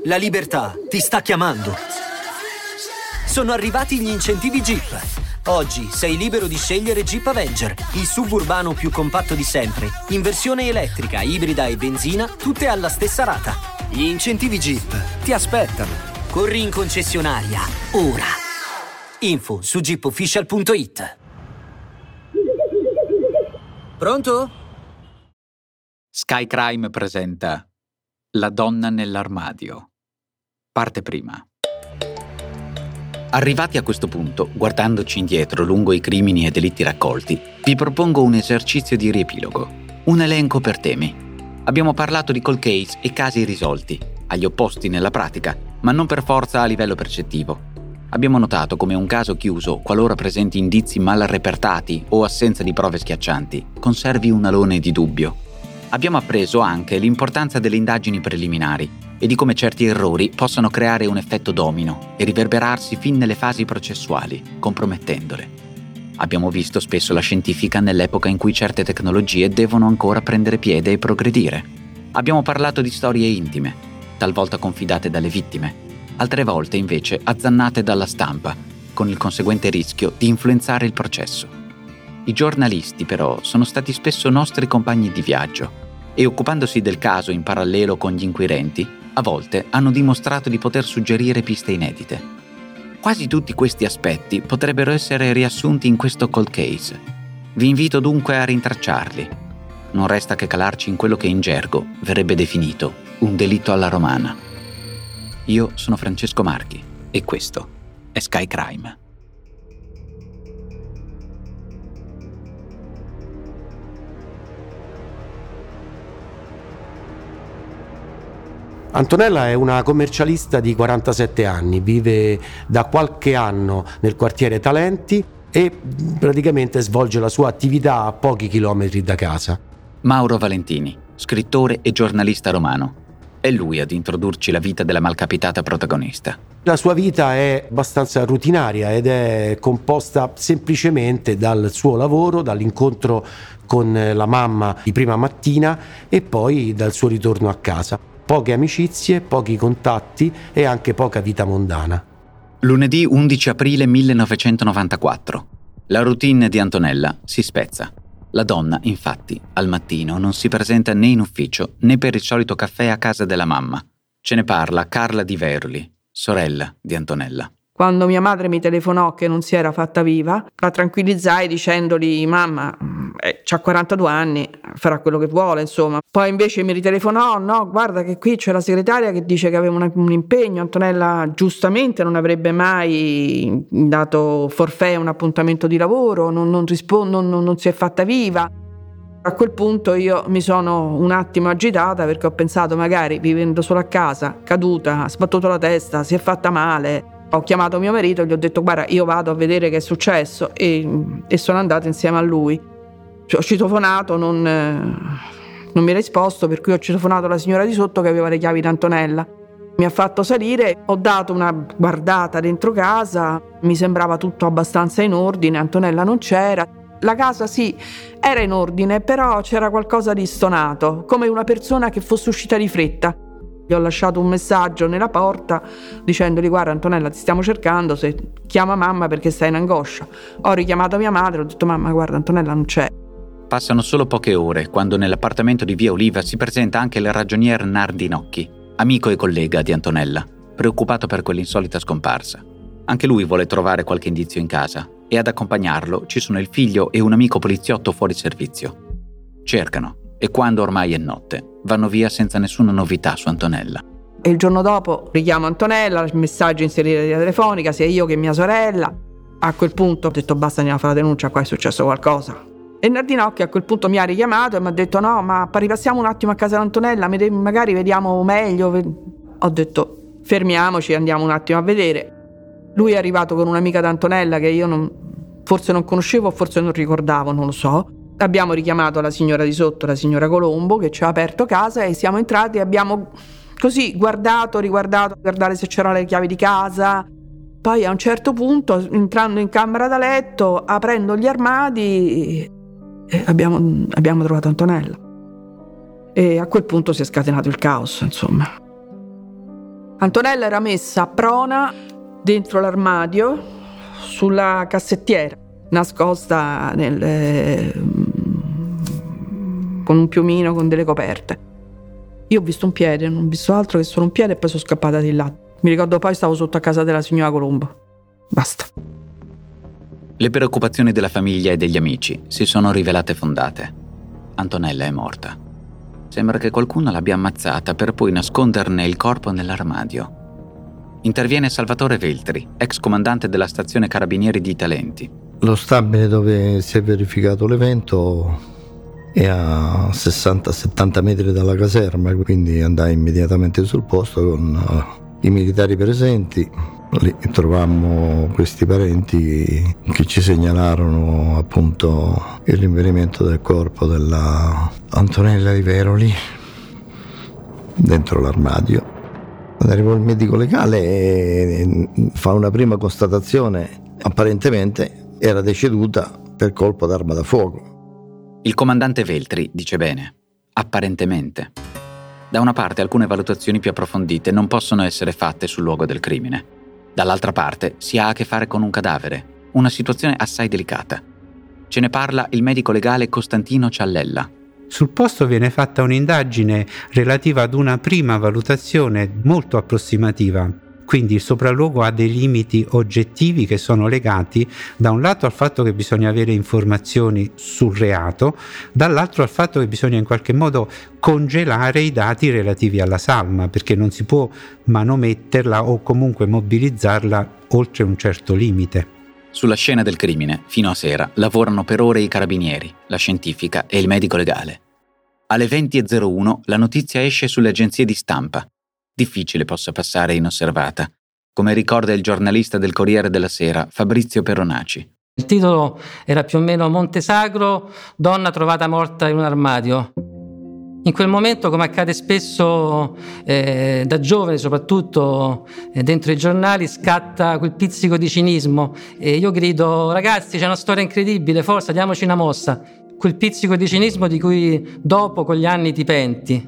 La libertà ti sta chiamando. Sono arrivati gli incentivi Jeep. Oggi sei libero di scegliere Jeep Avenger, il suburbano più compatto di sempre, in versione elettrica, ibrida e benzina, tutte alla stessa rata. Gli incentivi Jeep ti aspettano. Corri in concessionaria, ora. Info su jeepofficial.it. Pronto? Sky Crime presenta La donna nell'armadio. Parte prima. Arrivati a questo punto, guardandoci indietro lungo i crimini e delitti raccolti, vi propongo un esercizio di riepilogo, un elenco per temi. Abbiamo parlato di cold case e casi risolti, agli opposti nella pratica, ma non per forza a livello percettivo. Abbiamo notato come un caso chiuso, qualora presenti indizi mal repertati o assenza di prove schiaccianti, conservi un alone di dubbio. Abbiamo appreso anche l'importanza delle indagini preliminari e di come certi errori possano creare un effetto domino e riverberarsi fin nelle fasi processuali, compromettendole. Abbiamo visto spesso la scientifica nell'epoca in cui certe tecnologie devono ancora prendere piede e progredire. Abbiamo parlato di storie intime, talvolta confidate dalle vittime, altre volte invece azzannate dalla stampa, con il conseguente rischio di influenzare il processo. I giornalisti, però, sono stati spesso nostri compagni di viaggio e, occupandosi del caso in parallelo con gli inquirenti, a volte hanno dimostrato di poter suggerire piste inedite. Quasi tutti questi aspetti potrebbero essere riassunti in questo cold case. Vi invito dunque a rintracciarli. Non resta che calarci in quello che in gergo verrebbe definito un delitto alla romana. Io sono Francesco Marchi e questo è Sky Crime. Antonella è una commercialista di 47 anni, vive da qualche anno nel quartiere Talenti e praticamente svolge la sua attività a pochi chilometri da casa. Mauro Valentini, scrittore e giornalista romano. È lui ad introdurci la vita della malcapitata protagonista. La sua vita è abbastanza rutinaria ed è composta semplicemente dal suo lavoro, dall'incontro con la mamma di prima mattina e poi dal suo ritorno a casa. Poche amicizie, pochi contatti e anche poca vita mondana. Lunedì 11 aprile 1994. La routine di Antonella si spezza. La donna, infatti, al mattino non si presenta né in ufficio né per il solito caffè a casa della mamma. Ce ne parla Carla Di Veroli, sorella di Antonella. Quando mia madre mi telefonò che non si era fatta viva, la tranquillizzai dicendogli: mamma, c'ha 42 anni, farà quello che vuole, insomma. Poi invece mi ritelefonò: no, guarda che qui c'è la segretaria che dice che aveva un impegno. Antonella giustamente non avrebbe mai dato forfait, un appuntamento di lavoro, non si è fatta viva. A quel punto io mi sono un attimo agitata perché ho pensato, magari vivendo solo a casa, caduta, ha sbattuto la testa, si è fatta male. Ho chiamato mio marito e gli ho detto: guarda, io vado a vedere che è successo, e sono andata insieme a lui. Ho citofonato, non mi ha risposto, per cui ho citofonato la signora di sotto che aveva le chiavi di Antonella. Mi ha fatto salire, ho dato una guardata dentro casa, mi sembrava tutto abbastanza in ordine, Antonella non c'era. La casa sì, era in ordine, però c'era qualcosa di stonato, come una persona che fosse uscita di fretta. Gli ho lasciato un messaggio nella porta dicendogli: guarda Antonella, ti stiamo cercando, se chiama mamma perché stai in angoscia. Ho richiamato mia madre, ho detto: mamma, guarda, Antonella non c'è. Passano solo poche ore quando nell'appartamento di Via Oliva si presenta anche il ragionier Nardinocchi, amico e collega di Antonella, preoccupato per quell'insolita scomparsa. Anche lui vuole trovare qualche indizio in casa e ad accompagnarlo ci sono il figlio e un amico poliziotto fuori servizio. Cercano e quando ormai è notte vanno via senza nessuna novità su Antonella. E il giorno dopo richiamo Antonella, messaggio in segreteria telefonica, sia io che mia sorella. A quel punto ho detto: basta, andiamo a fare la denuncia, qua è successo qualcosa. E Nardinocchi a quel punto mi ha richiamato e mi ha detto: no, ma ripassiamo un attimo a casa di Antonella, magari vediamo meglio. Ho detto: fermiamoci, andiamo un attimo a vedere. Lui è arrivato con un'amica d'Antonella che io forse non conoscevo o forse non ricordavo, non lo so. Abbiamo richiamato la signora di sotto, la signora Colombo, che ci ha aperto casa, e siamo entrati e abbiamo così riguardato, guardare se c'erano le chiavi di casa. Poi a un certo punto, entrando in camera da letto, aprendo gli armadi, abbiamo trovato Antonella. E a quel punto si è scatenato il caos, insomma. Antonella era messa prona dentro l'armadio sulla cassettiera, nascosta con un piumino, con delle coperte. Io ho visto un piede, non ho visto altro che solo un piede, e poi sono scappata di là. Mi ricordo poi stavo sotto a casa della signora Colombo. Basta. Le preoccupazioni della famiglia e degli amici si sono rivelate fondate. Antonella è morta. Sembra che qualcuno l'abbia ammazzata per poi nasconderne il corpo nell'armadio. Interviene Salvatore Veltri, ex comandante della stazione Carabinieri di Talenti. Lo stabile dove si è verificato l'evento è a 60-70 metri dalla caserma, quindi andai immediatamente sul posto con i militari presenti. Lì trovammo questi parenti che ci segnalarono appunto il rinvenimento del corpo della Antonella Di Veroli dentro l'armadio. Quando arrivò il medico legale fa una prima constatazione: apparentemente era deceduta per colpo d'arma da fuoco. Il comandante Veltri dice bene, apparentemente. Da una parte alcune valutazioni più approfondite non possono essere fatte sul luogo del crimine. Dall'altra parte si ha a che fare con un cadavere, una situazione assai delicata. Ce ne parla il medico legale Costantino Ciallella. Sul posto viene fatta un'indagine relativa ad una prima valutazione molto approssimativa. Quindi il sopralluogo ha dei limiti oggettivi che sono legati da un lato al fatto che bisogna avere informazioni sul reato, dall'altro al fatto che bisogna in qualche modo congelare i dati relativi alla salma, perché non si può manometterla o comunque mobilizzarla oltre un certo limite. Sulla scena del crimine, fino a sera, lavorano per ore i carabinieri, la scientifica e il medico legale. Alle 20:01 la notizia esce sulle agenzie di stampa. Difficile possa passare inosservata, come ricorda il giornalista del Corriere della Sera Fabrizio Peronaci. Il titolo era più o meno Montesagro, donna trovata morta in un armadio. In quel momento, come accade spesso da giovane, soprattutto dentro i giornali, scatta quel pizzico di cinismo e io grido: ragazzi, c'è una storia incredibile, forza, diamoci una mossa. Quel pizzico di cinismo di cui dopo, con gli anni, ti penti.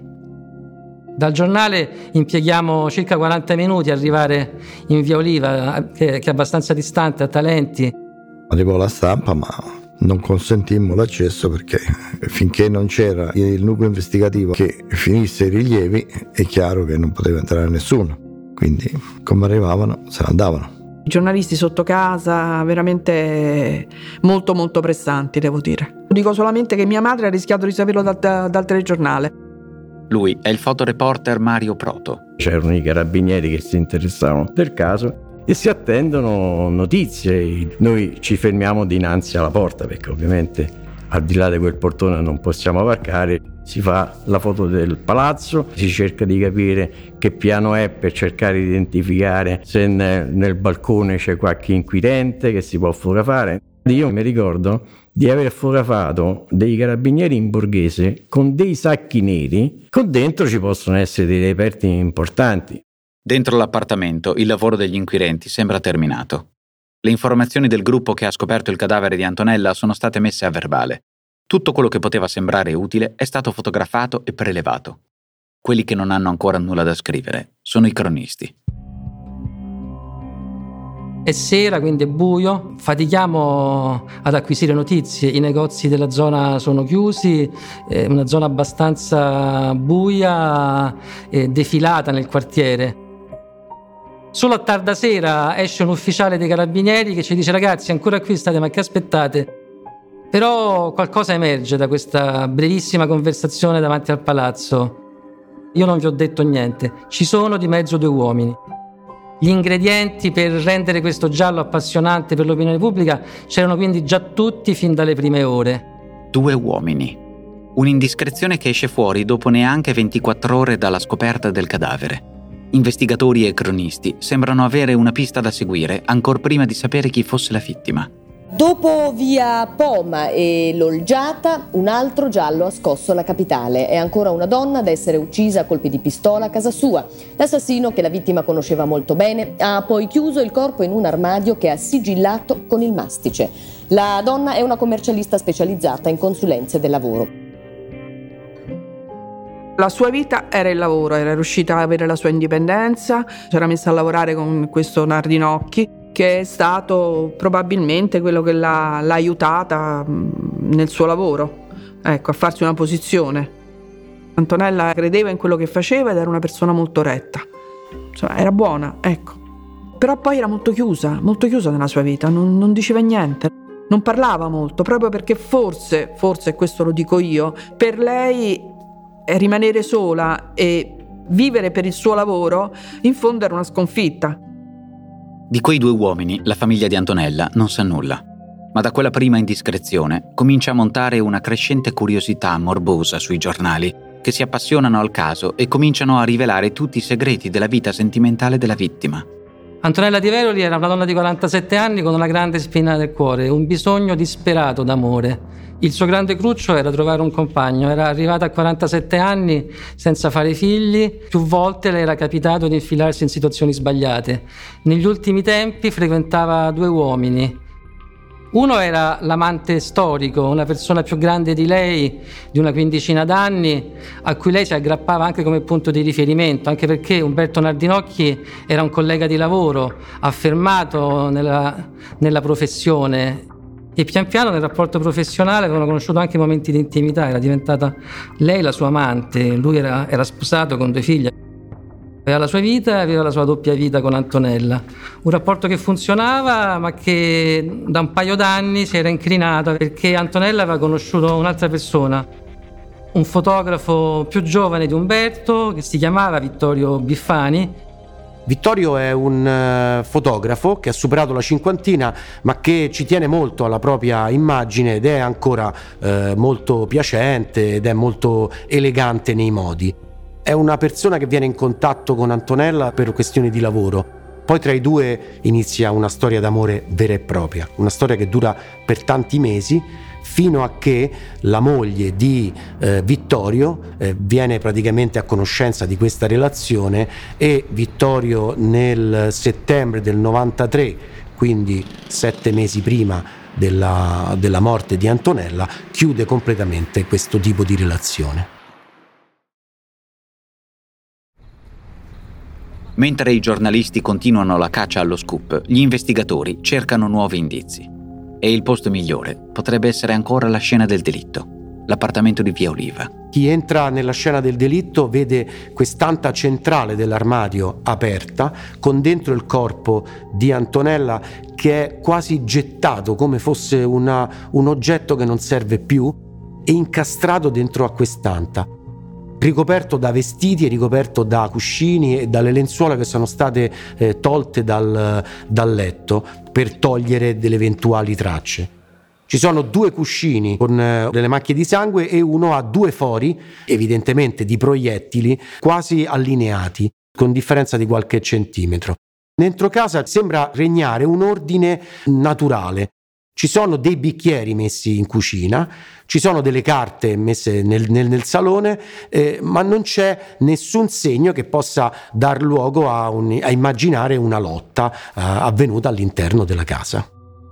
Dal giornale impieghiamo circa 40 minuti a arrivare in Via Oliva, che è abbastanza distante, a Talenti. Arrivò la stampa, ma non consentimmo l'accesso perché finché non c'era il nucleo investigativo che finisse i rilievi è chiaro che non poteva entrare nessuno. Quindi come arrivavano se ne andavano. I giornalisti sotto casa veramente molto molto pressanti, devo dire. Dico solamente che mia madre ha rischiato di saperlo dal telegiornale. Lui è il fotoreporter Mario Proto. C'erano i carabinieri che si interessavano del caso e si attendono notizie. Noi ci fermiamo dinanzi alla porta perché ovviamente al di là di quel portone non possiamo varcare. Si fa la foto del palazzo, si cerca di capire che piano è per cercare di identificare se nel balcone c'è qualche inquirente che si può fotografare. Io mi ricordo di aver fotografato dei carabinieri in borghese con dei sacchi neri, con dentro ci possono essere dei reperti importanti. Dentro l'appartamento il lavoro degli inquirenti sembra terminato. Le informazioni del gruppo che ha scoperto il cadavere di Antonella sono state messe a verbale. Tutto quello che poteva sembrare utile è stato fotografato e prelevato. Quelli che non hanno ancora nulla da scrivere sono i cronisti. È sera, quindi è buio, fatichiamo ad acquisire notizie, i negozi della zona sono chiusi, è una zona abbastanza buia e defilata nel quartiere. Solo a tarda sera esce un ufficiale dei carabinieri che ci dice: ragazzi, ancora qui state, ma che aspettate? Però qualcosa emerge da questa brevissima conversazione davanti al palazzo. Io non vi ho detto niente, ci sono di mezzo 2 uomini. Gli ingredienti per rendere questo giallo appassionante per l'opinione pubblica c'erano quindi già tutti fin dalle prime ore. 2 uomini. Un'indiscrezione che esce fuori dopo neanche 24 ore dalla scoperta del cadavere. Investigatori e cronisti sembrano avere una pista da seguire ancor prima di sapere chi fosse la vittima. Dopo via Poma e l'Olgiata, un altro giallo ha scosso la capitale. È ancora una donna ad essere uccisa a colpi di pistola a casa sua. L'assassino, che la vittima conosceva molto bene, ha poi chiuso il corpo in un armadio che ha sigillato con il mastice. La donna è una commercialista specializzata in consulenze del lavoro. La sua vita era il lavoro, era riuscita ad avere la sua indipendenza, si era messa a lavorare con questo Nardinocchi, che è stato probabilmente quello che l'ha aiutata nel suo lavoro, ecco, a farsi una posizione. Antonella credeva in quello che faceva ed era una persona molto retta, insomma, era buona, ecco. Però poi era molto chiusa nella sua vita, non diceva niente, non parlava molto, proprio perché forse, questo lo dico io, per lei rimanere sola e vivere per il suo lavoro in fondo era una sconfitta. Di quei 2 uomini la famiglia di Antonella non sa nulla, ma da quella prima indiscrezione comincia a montare una crescente curiosità morbosa sui giornali, che si appassionano al caso e cominciano a rivelare tutti i segreti della vita sentimentale della vittima. Antonella Di Veroli era una donna di 47 anni con una grande spina nel cuore, un bisogno disperato d'amore. Il suo grande cruccio era trovare un compagno. Era arrivata a 47 anni senza fare figli. Più volte le era capitato di infilarsi in situazioni sbagliate. Negli ultimi tempi frequentava 2 uomini. Uno era l'amante storico, una persona più grande di lei, di una quindicina d'anni, a cui lei si aggrappava anche come punto di riferimento, anche perché Umberto Nardinocchi era un collega di lavoro, affermato nella professione. E pian piano nel rapporto professionale avevano conosciuto anche momenti di intimità, era diventata lei la sua amante, lui era sposato con 2 figlie. Aveva la sua vita e aveva la sua doppia vita con Antonella. Un rapporto che funzionava, ma che da un paio d'anni si era incrinata perché Antonella aveva conosciuto un'altra persona, un fotografo più giovane di Umberto che si chiamava Vittorio Biffani. Vittorio è un fotografo che ha superato la cinquantina, ma che ci tiene molto alla propria immagine ed è ancora molto piacente ed è molto elegante nei modi. È una persona che viene in contatto con Antonella per questioni di lavoro. Poi tra i 2 inizia una storia d'amore vera e propria, una storia che dura per tanti mesi, fino a che la moglie di Vittorio viene praticamente a conoscenza di questa relazione e Vittorio nel settembre del 93, quindi 7 mesi prima della morte di Antonella, chiude completamente questo tipo di relazione. Mentre i giornalisti continuano la caccia allo scoop, gli investigatori cercano nuovi indizi. E il posto migliore potrebbe essere ancora la scena del delitto, l'appartamento di Via Oliva. Chi entra nella scena del delitto vede quest'anta centrale dell'armadio aperta, con dentro il corpo di Antonella che è quasi gettato come fosse un oggetto che non serve più e incastrato dentro a quest'anta, ricoperto da vestiti e ricoperto da cuscini e dalle lenzuola che sono state tolte dal letto per togliere delle eventuali tracce. Ci sono 2 cuscini con delle macchie di sangue e uno ha 2 fori, evidentemente di proiettili, quasi allineati, con differenza di qualche centimetro. Dentro casa sembra regnare un ordine naturale. Ci sono dei bicchieri messi in cucina, ci sono delle carte messe nel salone, ma non c'è nessun segno che possa dar luogo a immaginare una lotta avvenuta all'interno della casa.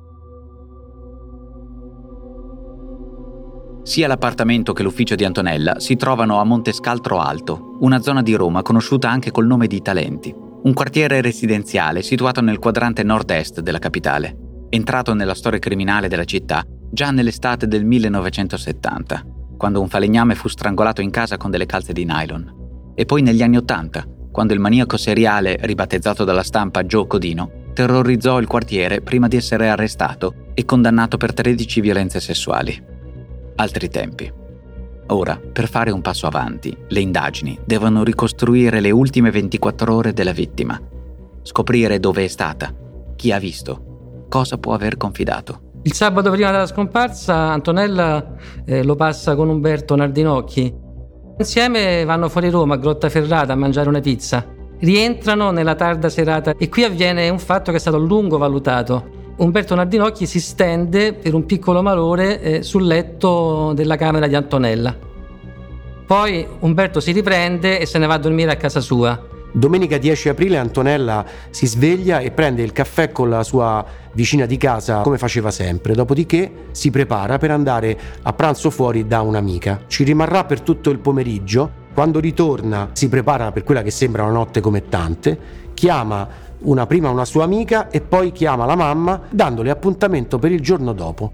Sia l'appartamento che l'ufficio di Antonella si trovano a Montescaltro Alto, una zona di Roma conosciuta anche col nome di Talenti, un quartiere residenziale situato nel quadrante nord-est della capitale, entrato nella storia criminale della città già nell'estate del 1970, quando un falegname fu strangolato in casa con delle calze di nylon, e poi negli anni '80, quando il maniaco seriale, ribattezzato dalla stampa Joe Codino, terrorizzò il quartiere prima di essere arrestato e condannato per 13 violenze sessuali. Altri tempi. Ora, per fare un passo avanti, le indagini devono ricostruire le ultime 24 ore della vittima, scoprire dove è stata, chi ha visto, cosa può aver confidato. Il sabato prima della scomparsa Antonella lo passa con Umberto Nardinocchi. Insieme vanno fuori Roma a Grottaferrata a mangiare una pizza. Rientrano nella tarda serata e qui avviene un fatto che è stato a lungo valutato. Umberto Nardinocchi si stende per un piccolo malore sul letto della camera di Antonella. Poi Umberto si riprende e se ne va a dormire a casa sua. Domenica 10 aprile Antonella si sveglia e prende il caffè con la sua vicina di casa come faceva sempre, dopodiché si prepara per andare a pranzo fuori da un'amica. Ci rimarrà per tutto il pomeriggio Quando ritorna si prepara per quella che sembra una notte come tante, chiama prima una sua amica e poi chiama la mamma dandole appuntamento per il giorno dopo.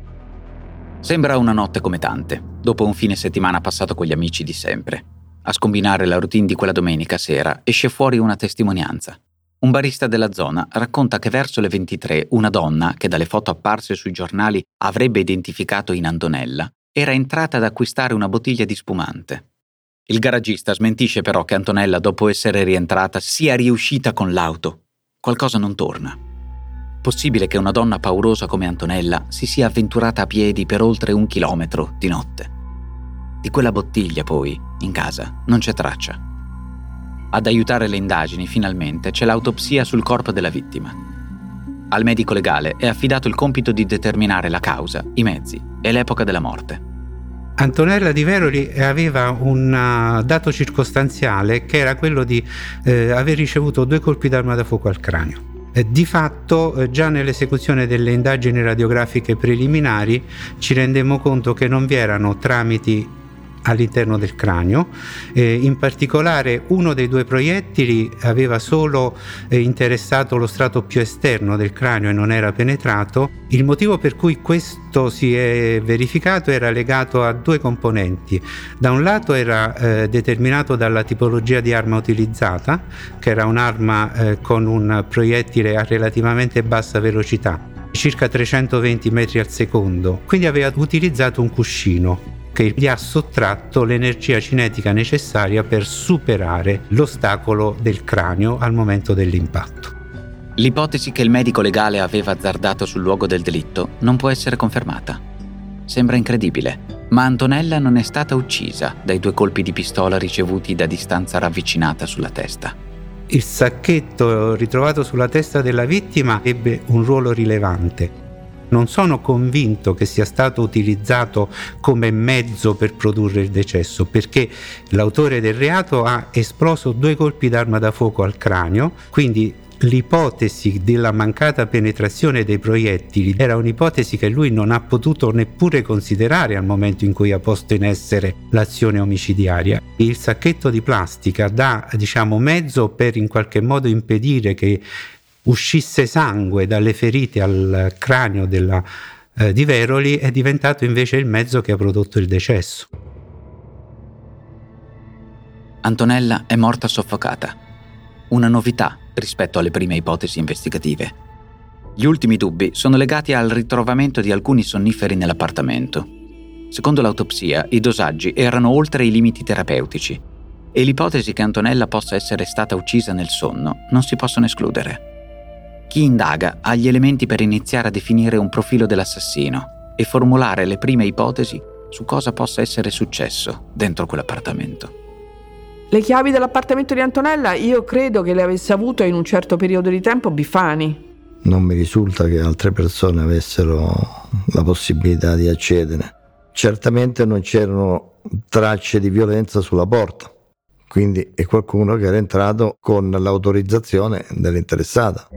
Sembra una notte come tante, dopo un fine settimana passato con gli amici di sempre. A scombinare la routine di quella domenica sera esce fuori una testimonianza. Un barista della zona racconta che verso le 23 una donna, che dalle foto apparse sui giornali avrebbe identificato in Antonella, era entrata ad acquistare una bottiglia di spumante. Il garagista smentisce però che Antonella, dopo essere rientrata, sia riuscita con l'auto. Qualcosa non torna. Possibile che una donna paurosa come Antonella si sia avventurata a piedi per oltre 1 chilometro di notte? Di quella bottiglia, poi, in casa, non c'è traccia. Ad aiutare le indagini, finalmente, c'è l'autopsia sul corpo della vittima. Al medico legale è affidato il compito di determinare la causa, i mezzi e l'epoca della morte. Antonella Di Veroli aveva un dato circostanziale che era quello di aver ricevuto 2 colpi d'arma da fuoco al cranio. Di fatto, già nell'esecuzione delle indagini radiografiche preliminari ci rendemmo conto che non vi erano tramiti all'interno del cranio, in particolare uno dei 2 proiettili aveva solo interessato lo strato più esterno del cranio e non era penetrato. Il motivo per cui questo si è verificato era legato a 2 componenti. Da un lato era determinato dalla tipologia di arma utilizzata, che era un'arma con un proiettile a relativamente bassa velocità, circa 320 metri al secondo, quindi aveva utilizzato un cuscino che gli ha sottratto l'energia cinetica necessaria per superare l'ostacolo del cranio al momento dell'impatto. L'ipotesi che il medico legale aveva azzardato sul luogo del delitto non può essere confermata. Sembra incredibile, ma Antonella non è stata uccisa dai 2 colpi di pistola ricevuti da distanza ravvicinata sulla testa. Il sacchetto ritrovato sulla testa della vittima ebbe un ruolo rilevante. Non sono convinto che sia stato utilizzato come mezzo per produrre il decesso, perché l'autore del reato ha esploso 2 colpi d'arma da fuoco al cranio, quindi l'ipotesi della mancata penetrazione dei proiettili era un'ipotesi che lui non ha potuto neppure considerare al momento in cui ha posto in essere l'azione omicidiaria. Il sacchetto di plastica dà, mezzo per in qualche modo impedire che uscisse sangue dalle ferite al cranio di Veroli, è diventato invece il mezzo che ha prodotto il decesso. Antonella è morta soffocata. Una novità rispetto alle prime ipotesi investigative. Gli ultimi dubbi sono legati al ritrovamento di alcuni sonniferi nell'appartamento. Secondo l'autopsia, i dosaggi erano oltre i limiti terapeutici e l'ipotesi che Antonella possa essere stata uccisa nel sonno non si possono escludere. Chi indaga ha gli elementi per iniziare a definire un profilo dell'assassino e formulare le prime ipotesi su cosa possa essere successo dentro quell'appartamento. Le chiavi dell'appartamento di Antonella io credo che le avesse avute in un certo periodo di tempo Bifani. Non mi risulta che altre persone avessero la possibilità di accedere. Certamente non c'erano tracce di violenza sulla porta, quindi è qualcuno che era entrato con l'autorizzazione dell'interessata.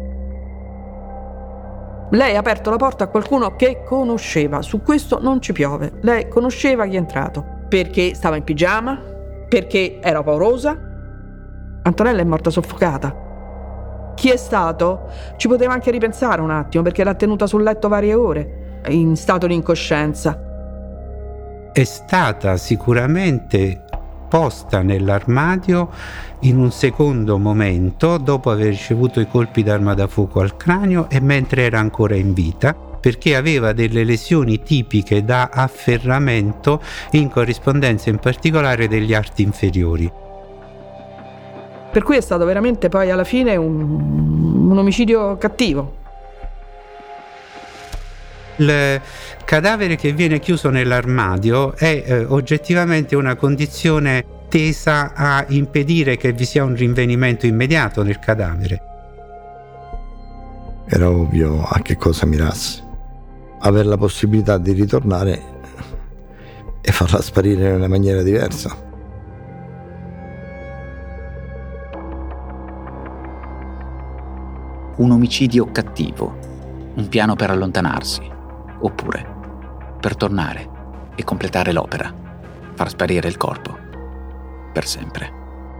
Lei ha aperto la porta a qualcuno che conosceva, su questo non ci piove. Lei conosceva chi è entrato, perché stava in pigiama, perché era paurosa. Antonella è morta soffocata. Chi è stato? Ci poteva anche ripensare un attimo, perché l'ha tenuta sul letto varie ore, in stato di incoscienza. È stata sicuramente posta nell'armadio in un secondo momento, dopo aver ricevuto i colpi d'arma da fuoco al cranio e mentre era ancora in vita, perché aveva delle lesioni tipiche da afferramento in corrispondenza in particolare degli arti inferiori. Per cui è stato veramente poi alla fine un omicidio cattivo. Il cadavere che viene chiuso nell'armadio è oggettivamente una condizione tesa a impedire che vi sia un rinvenimento immediato del cadavere. Era ovvio a che cosa mirassi. Avere la possibilità di ritornare e farla sparire in una maniera diversa. Un omicidio cattivo, un piano per allontanarsi, oppure per tornare e completare l'opera, far sparire il corpo. per sempre.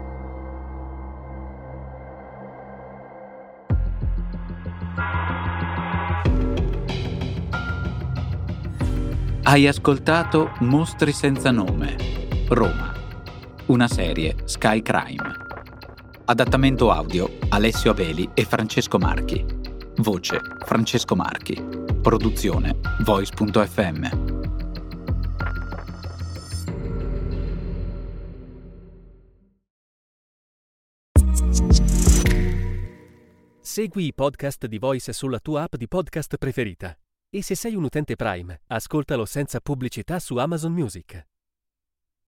Hai ascoltato Mostri senza nome, Roma, una serie Sky Crime. Adattamento audio Alessio Abeli e Francesco Marchi. Voce Francesco Marchi. Produzione Voice.fm. Segui i podcast di Voice sulla tua app di podcast preferita. E se sei un utente Prime, ascoltalo senza pubblicità su Amazon Music.